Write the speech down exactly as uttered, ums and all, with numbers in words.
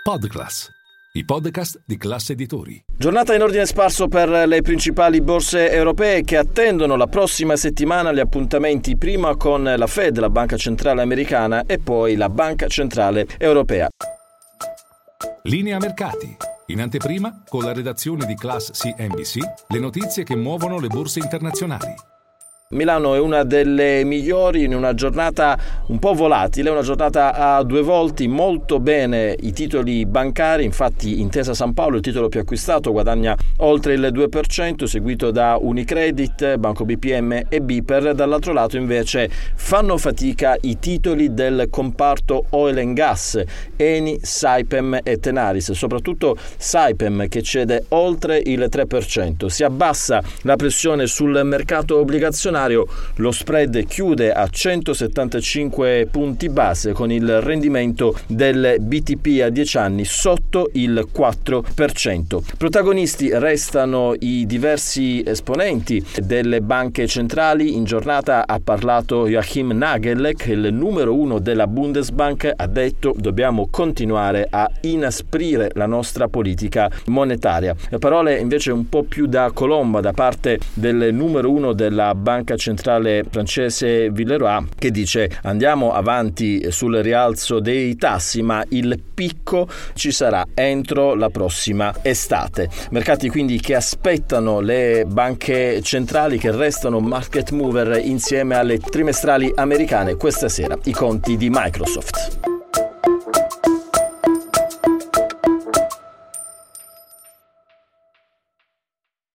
Podclass, i podcast di Class Editori. Giornata in ordine sparso per le principali borse europee che attendono la prossima settimana gli appuntamenti prima con la Fed, la Banca Centrale Americana, e poi la Banca Centrale Europea. Linea mercati. In anteprima, con la redazione di Class C N B C, le notizie che muovono le borse internazionali. Milano è una delle migliori in una giornata un po' volatile, una giornata a due volti, molto bene i titoli bancari. Infatti Intesa Sanpaolo, il titolo più acquistato, guadagna oltre il due per cento, seguito da Unicredit, Banco B P M e Biper. Dall'altro lato invece fanno fatica i titoli del comparto oil and gas, Eni, Saipem e Tenaris, soprattutto Saipem che cede oltre il tre per cento. Si abbassa la pressione sul mercato obbligazionario. Lo spread chiude a centosettantacinque punti base, con il rendimento del B T P a dieci anni sotto il quattro per cento. Protagonisti restano i diversi esponenti delle banche centrali. In giornata ha parlato Joachim Nagel, che è il numero uno della Bundesbank. Ha detto: dobbiamo continuare a inasprire la nostra politica monetaria. Le parole invece un po' più da colomba da parte del numero uno della banca centrale francese Villeroy, che dice: andiamo avanti sul rialzo dei tassi, ma il picco ci sarà entro la prossima estate. Mercati quindi che aspettano le banche centrali, che restano market mover insieme alle trimestrali americane. Questa sera i conti di Microsoft.